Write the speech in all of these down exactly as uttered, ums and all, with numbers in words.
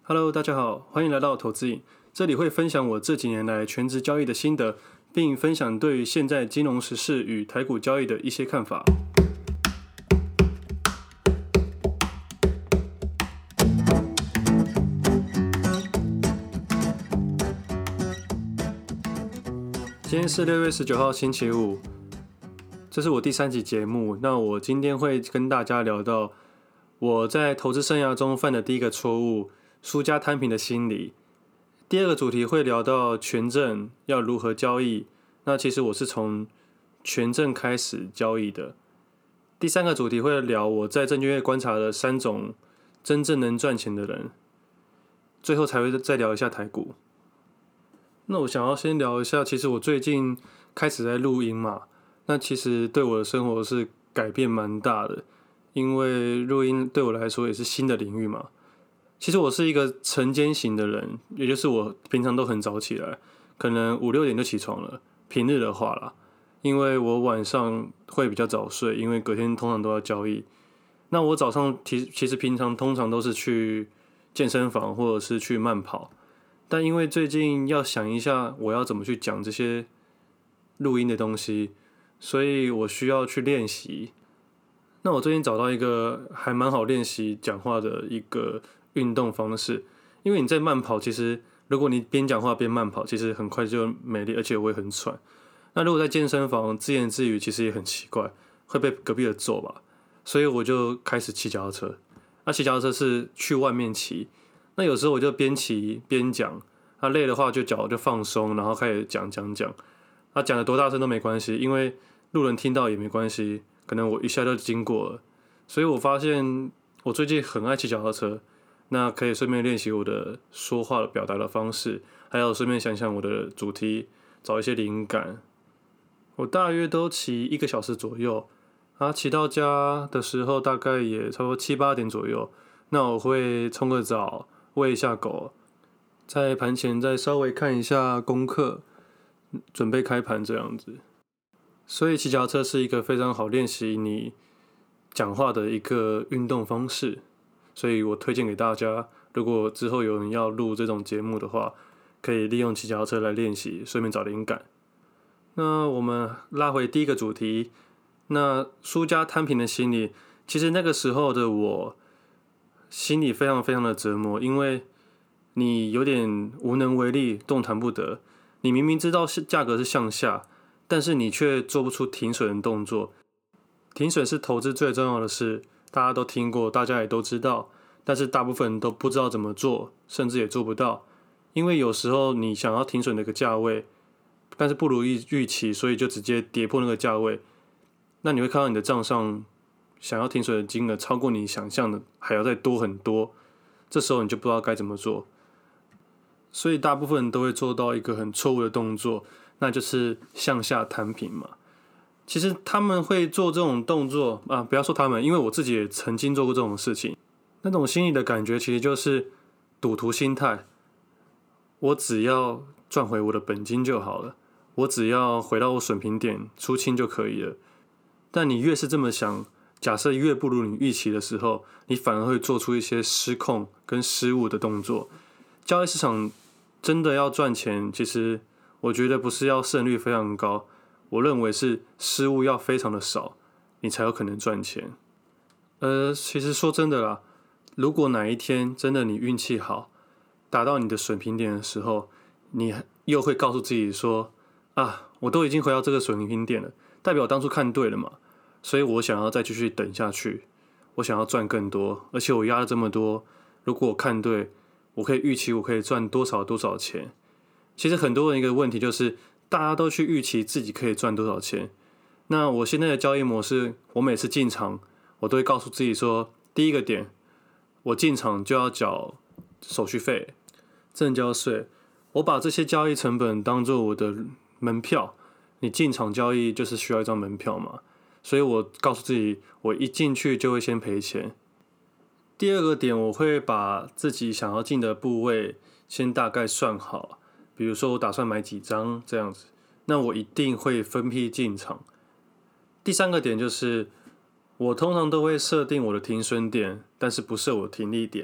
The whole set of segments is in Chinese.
Hello，大家好，欢迎来到投资瘾。这里会分享我这几年来全职交易的心得，并分享对于现在金融时事与台股交易的一些看法。今天是六月十九号，星期五，这是我第三集节目。那我今天会跟大家聊到我在投资生涯中犯的第一个错误——输家摊平的心理。第二个主题会聊到权证要如何交易，那其实我是从权证开始交易的。第三个主题会聊我在证券业观察的三种真正能赚钱的人，最后才会再聊一下台股。那我想要先聊一下，其实我最近开始在录音嘛，那其实对我的生活是改变蛮大的，因为录音对我来说也是新的领域嘛。其实我是一个晨间型的人，也就是我平常都很早起来，可能五六点就起床了，平日的话啦，因为我晚上会比较早睡，因为隔天通常都要交易。那我早上其其实平常通常都是去健身房或者是去慢跑。但因为最近要想一下我要怎么去讲这些录音的东西，所以我需要去练习。那我最近找到一个还蛮好练习讲话的一个运动方式，因为你在慢跑，其实如果你边讲话边慢跑，其实很快就没力，而且我会很喘。那如果在健身房自言自语，其实也很奇怪，会被隔壁的揍吧。所以我就开始骑脚踏车。那骑脚踏车是去外面骑。那有时候我就边骑边讲，那、啊、累的话就脚就放松，然后开始讲讲讲。那、啊、讲的多大声都没关系，因为路人听到也没关系，可能我一下就经过了。所以我发现我最近很爱骑脚踏车，那可以顺便练习我的说话的表达的方式，还有顺便想想我的主题，找一些灵感。我大约都骑一个小时左右，啊，骑到家的时候大概也差不多七八点左右。那我会冲个澡，喂一下狗，在盘前再稍微看一下功课，准备开盘这样子。所以骑脚踏车是一个非常好练习你讲话的一个运动方式，所以我推荐给大家，如果之后有人要录这种节目的话，可以利用骑脚踏车来练习，顺便找灵感。那我们拉回第一个主题，那输家摊平的心理，其实那个时候的我心里非常非常的折磨，因为你有点无能为力，动弹不得。你明明知道价格是向下，但是你却做不出停损的动作。停损是投资最重要的事，大家都听过，大家也都知道，但是大部分人都不知道怎么做，甚至也做不到。因为有时候你想要停损的一个价位，但是不如预期，所以就直接跌破那个价位。那你会看到你的账上想要停损的金额超过你想象的还要再多很多，这时候你就不知道该怎么做。所以大部分人都会做到一个很错误的动作，那就是向下摊平嘛。其实他们会做这种动作啊，不要说他们，因为我自己也曾经做过这种事情。那种心理的感觉其实就是赌徒心态，我只要赚回我的本金就好了，我只要回到我损平点出清就可以了。但你越是这么想，假设越不如你预期的时候，你反而会做出一些失控跟失误的动作。交易市场真的要赚钱，其实我觉得不是要胜率非常高，我认为是失误要非常的少，你才有可能赚钱。呃，其实说真的啦，如果哪一天真的你运气好，达到你的损平点的时候，你又会告诉自己说，啊，我都已经回到这个损平点了，代表我当初看对了嘛。所以我想要再继续等下去，我想要赚更多，而且我压了这么多，如果我看对，我可以预期我可以赚多少多少钱。其实很多人一个问题就是，大家都去预期自己可以赚多少钱。那我现在的交易模式，我每次进场，我都会告诉自己说，第一个点，我进场就要缴手续费、证交税，我把这些交易成本当作我的门票。你进场交易就是需要一张门票嘛。所以我告诉自己，我一进去就会先赔钱。第二个点，我会把自己想要进的部位先大概算好，比如说我打算买几张这样子，那我一定会分批进场。第三个点就是我通常都会设定我的停损点，但是不设我的停利点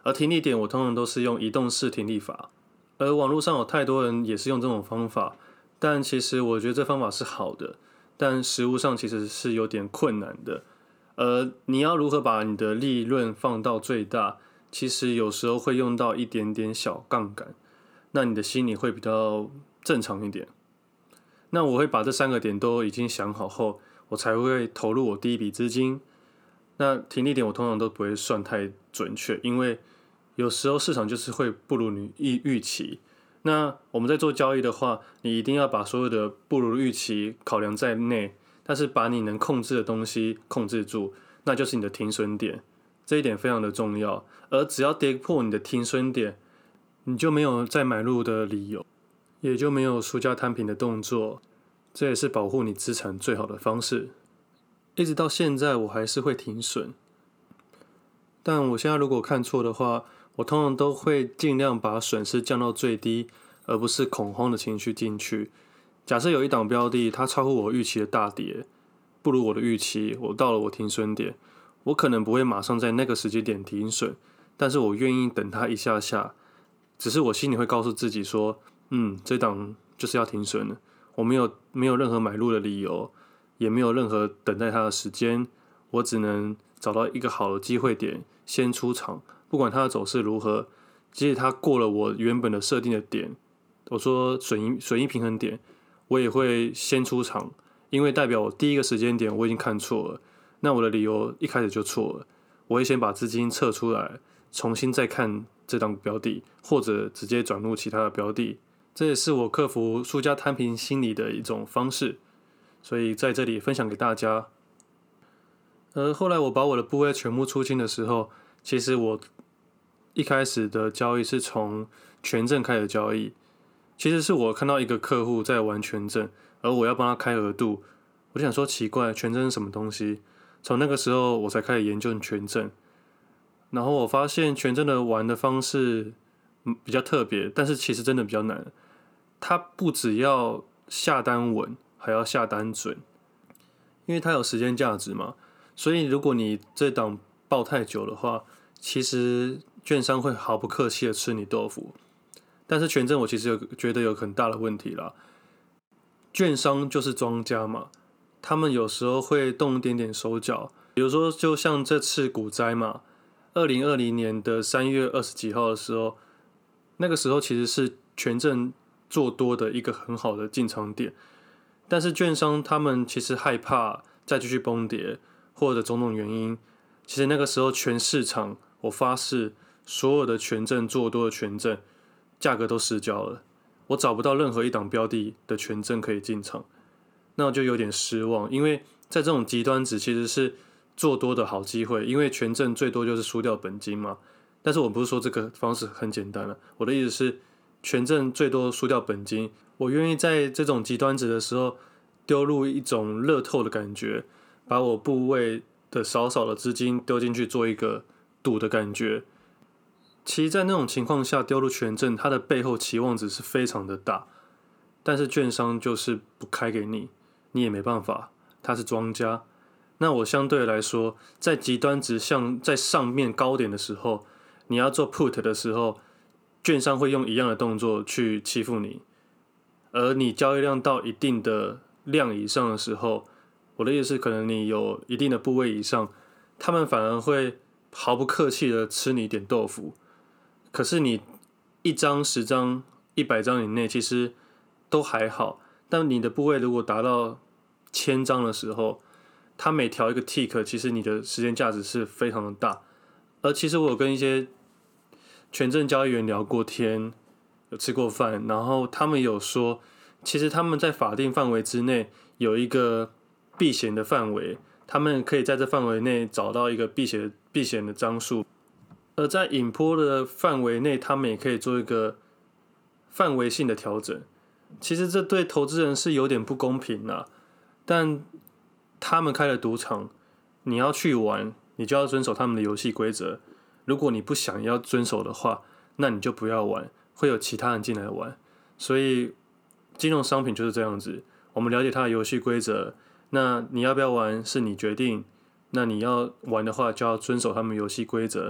而停利点我通常都是用移动式停利法，而网络上有太多人也是用这种方法，但其实我觉得这方法是好的，但实务上其实是有点困难的。而你要如何把你的利润放到最大，其实有时候会用到一点点小杠杆，那你的心理会比较正常一点。那我会把这三个点都已经想好后，我才会投入我第一笔资金。那停利点我通常都不会算太准确，因为有时候市场就是会不如你预期。那我们在做交易的话，你一定要把所有的不如预期考量在内，但是把你能控制的东西控制住，那就是你的停损点。这一点非常的重要。而只要跌破你的停损点，你就没有再买入的理由，也就没有输家摊平的动作。这也是保护你资产最好的方式。一直到现在我还是会停损，但我现在如果看错的话，我通常都会尽量把损失降到最低，而不是恐慌的情绪进去。假设有一档标的它超乎我预期的大跌，不如我的预期，我到了我停损点，我可能不会马上在那个时间点停损，但是我愿意等它一下下，只是我心里会告诉自己说，嗯，这档就是要停损了，我没有没有任何买入的理由，也没有任何等待它的时间，我只能找到一个好的机会点先出场，不管它的走势如何，即使它过了我原本的设定的点，我说损益损益平衡点，我也会先出场，因为代表我第一个时间点我已经看错了，那我的理由一开始就错了，我会先把资金撤出来，重新再看这档标的，或者直接转入其他的标的，这也是我克服输家摊平心理的一种方式，所以在这里分享给大家。而后来我把我的部位全部出清的时候，其实我一开始的交易是从权证开始交易，其实是我看到一个客户在玩权证，而我要帮他开额度，我就想说奇怪，权证是什么东西？从那个时候我才开始研究权证，然后我发现权证的玩的方式比较特别，但是其实真的比较难。它不只要下单稳，还要下单准，因为它有时间价值嘛。所以如果你这档抱太久的话，其实券商会毫不客气的吃你豆腐。但是权证我其实有觉得有很大的问题啦，券商就是庄家嘛，他们有时候会动一点点手脚，比如说就像这次股灾嘛，二零二零年的三月二十几号的时候，那个时候其实是权证做多的一个很好的进场点，但是券商他们其实害怕再继续崩跌，或者种种原因，其实那个时候全市场，我发誓，所有的权证做多的权证价格都失焦了，我找不到任何一档标的的权证可以进场，那我就有点失望，因为在这种极端值其实是做多的好机会，因为权证最多就是输掉本金嘛。但是我不是说这个方式很简单了，我的意思是权证最多输掉本金，我愿意在这种极端值的时候丢入一种乐透的感觉，把我部位的少少的资金丢进去做一个赌的感觉。其实在那种情况下丢入权证，它的背后期望值是非常的大，但是券商就是不开给你，你也没办法，他是庄家。那我相对来说，在极端值向在上面高点的时候，你要做 put 的时候，券商会用一样的动作去欺负你，而你交易量到一定的量以上的时候，我的意思是可能你有一定的部位以上，他们反而会毫不客气的吃你点豆腐。可是你一张、十张、一百张以内，其实都还好。但你的部位如果达到千张的时候，它每调一个 tick， 其实你的时间价值是非常的大。而其实我有跟一些权证交易员聊过天，有吃过饭，然后他们有说，其实他们在法定范围之内有一个避险的范围，他们可以在这范围内找到一个避险避险的张数。而在引波的范围内，他们也可以做一个范围性的调整。其实这对投资人是有点不公平啦，但他们开了赌场，你要去玩，你就要遵守他们的游戏规则。如果你不想要遵守的话，那你就不要玩，会有其他人进来玩。所以金融商品就是这样子，我们了解它的游戏规则，那你要不要玩是你决定，那你要玩的话就要遵守他们游戏规则。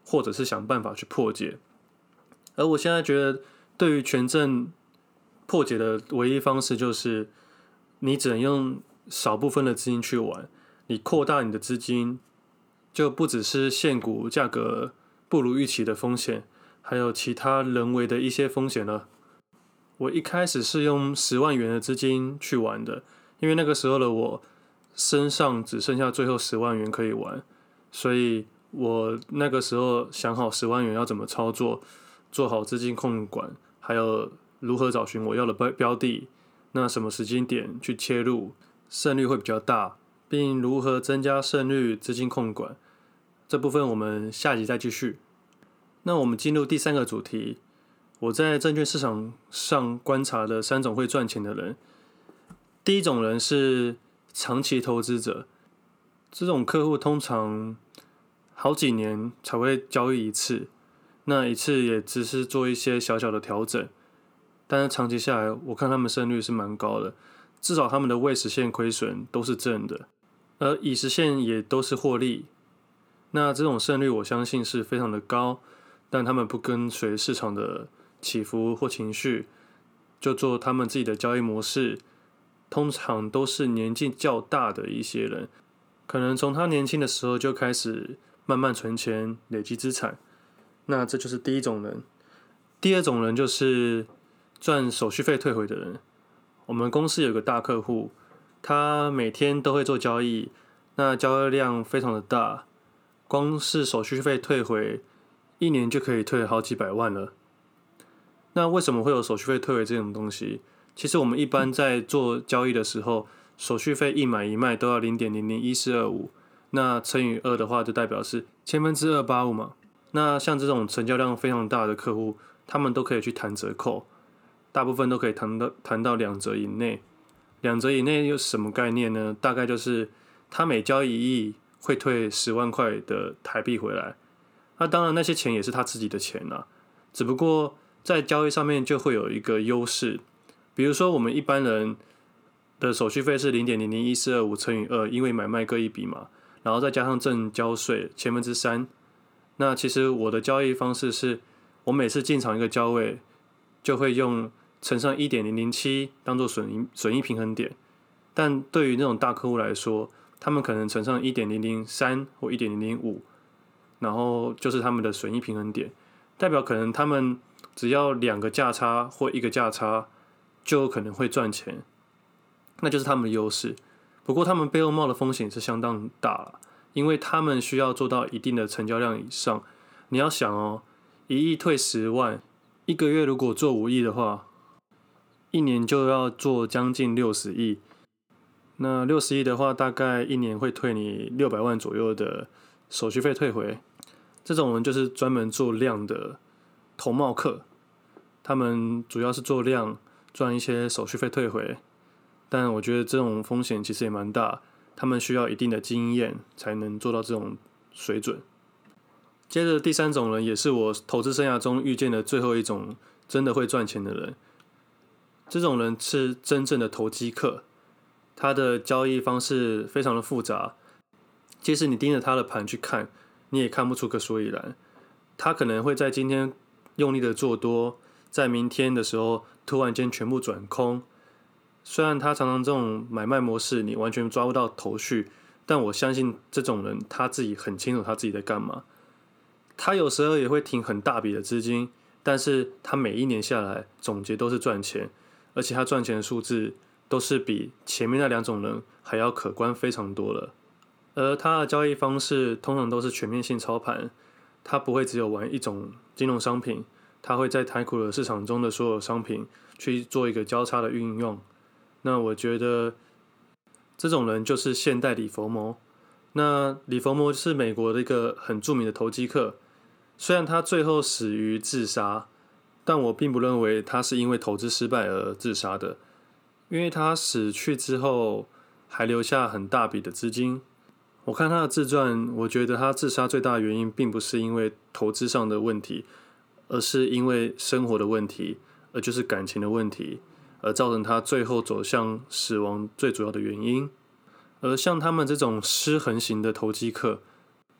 或者是想办法去破解。而我现在觉得，对于权证破解的唯一方式就是，你只能用少部分的资金去玩，你扩大你的资金，就不只是现股价格不如预期的风险，还有其他人为的一些风险了。我一开始是用十万元的资金去玩的，因为那个时候的我身上只剩下最后十万元可以玩，所以我那个时候想好十万元要怎么操作，做好资金控管，还有如何找寻我要的标的，那什么时间点去切入，胜率会比较大，并如何增加胜率、资金控管，这部分我们下集再继续。那我们进入第三个主题，我在证券市场上观察的三种会赚钱的人。第一种人是长期投资者，这种客户通常好几年才会交易一次，那一次也只是做一些小小的调整，但是长期下来，我看他们胜率是蛮高的，至少他们的未实现亏损都是正的，而已实现也都是获利。那这种胜率我相信是非常的高，但他们不跟随市场的起伏或情绪，就做他们自己的交易模式，通常都是年纪较大的一些人，可能从他年轻的时候就开始慢慢存钱，累积资产。那这就是第一种人。第二种人就是赚手续费退回的人。我们公司有个大客户，他每天都会做交易，那交易量非常的大，光是手续费退回，一年就可以退好几百万了。那为什么会有手续费退回这种东西？其实我们一般在做交易的时候，手续费一买一卖都要 零点零零一四二五， 那乘以二的话就代表是千分之二八五嘛。那像这种成交量非常大的客户，他们都可以去谈折扣，大部分都可以谈到谈到两折以内。两折以内又是什么概念呢？大概就是他每交易一亿会退十万块的台币回来。那当然那些钱也是他自己的钱啦，只不过在交易上面就会有一个优势。比如说我们一般人的手续费是 零点零零一四二五 乘以二，因为买卖各一笔嘛，然后再加上正交税千分之三。那其实我的交易方式是，我每次进场一个交位，就会用乘上 一点零零七 当做损益损益平衡点。但对于那种大客户来说，他们可能乘上 一点零零三 或 一点零零五， 然后就是他们的损益平衡点，代表可能他们只要两个价差或一个价差就有可能会赚钱，那就是他们的优势。不过他们背后冒的风险是相当大了，因为他们需要做到一定的成交量以上。你要想哦，一亿退十万，一个月如果做五亿的话，一年就要做将近六十亿。那六十亿的话，大概一年会退你六百万左右的手续费退回。这种人就是专门做量的头帽客，他们主要是做量，赚一些手续费退回。但我觉得这种风险其实也蛮大，他们需要一定的经验才能做到这种水准。接着第三种人，也是我投资生涯中遇见的最后一种真的会赚钱的人。这种人是真正的投机客，他的交易方式非常的复杂，即使你盯着他的盘去看，你也看不出个所以然。他可能会在今天用力的做多，在明天的时候突然间全部转空。虽然他常常这种买卖模式你完全抓不到头绪，但我相信这种人他自己很清楚他自己在干嘛。他有时候也会停很大笔的资金，但是他每一年下来总结都是赚钱，而且他赚钱的数字都是比前面那两种人还要可观非常多了。而他的交易方式通常都是全面性操盘，他不会只有玩一种金融商品，他会在台股的市场中的所有商品去做一个交叉的运用。那我觉得这种人就是现代李佛摩。那李佛摩是美国的一个很著名的投机客，虽然他最后死于自杀，但我并不认为他是因为投资失败而自杀的，因为他死去之后还留下很大笔的资金。我看他的自传，我觉得他自杀最大的原因并不是因为投资上的问题，而是因为生活的问题，而就是感情的问题，而造成他最后走向死亡最主要的原因。而像他们这种失衡型的投机客，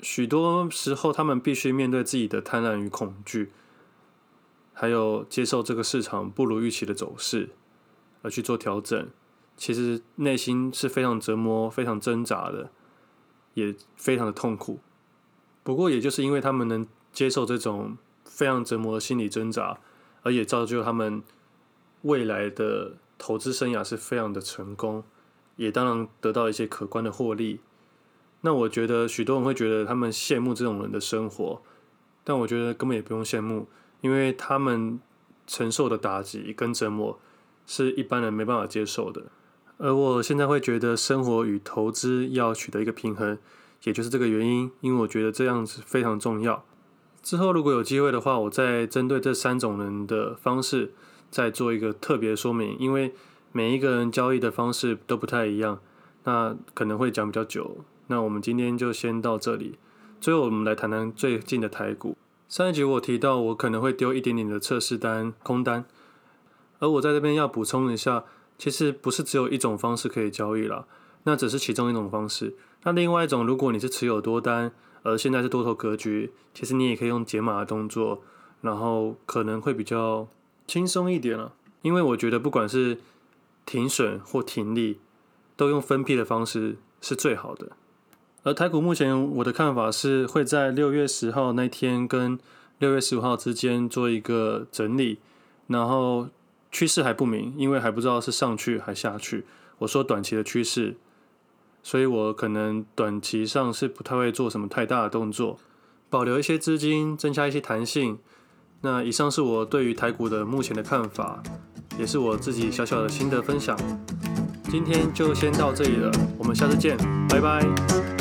许多时候他们必须面对自己的贪婪与恐惧，还有接受这个市场不如预期的走势而去做调整，其实内心是非常折磨、非常挣扎的，也非常的痛苦。不过也就是因为他们能接受这种非常折磨的心理挣扎，而也造就他们未来的投资生涯是非常的成功，也当然得到一些可观的获利。那我觉得许多人会觉得他们羡慕这种人的生活，但我觉得根本也不用羡慕，因为他们承受的打击跟折磨是一般人没办法接受的。而我现在会觉得生活与投资要取得一个平衡，也就是这个原因，因为我觉得这样子非常重要。之后如果有机会的话，我再针对这三种人的方式再做一个特别说明，因为每一个人交易的方式都不太一样，那可能会讲比较久。那我们今天就先到这里。最后我们来谈谈最近的台股。上一集我提到我可能会丢一点点的测试单、空单，而我在这边要补充一下，其实不是只有一种方式可以交易啦，那只是其中一种方式。那另外一种，如果你是持有多单，而现在是多头格局，其实你也可以用解码的动作，然后可能会比较轻松一点啦。因为我觉得不管是停损或停利，都用分批的方式是最好的。而台股目前我的看法是会在六月十号那天跟六月十五号之间做一个整理，然后趋势还不明，因为还不知道是上去还下去。我说短期的趋势，所以我可能短期上是不太会做什么太大的动作，保留一些资金，增加一些弹性。那以上是我对于台股的目前的看法，也是我自己小小的心得分享。今天就先到这里了，我们下次见，拜拜。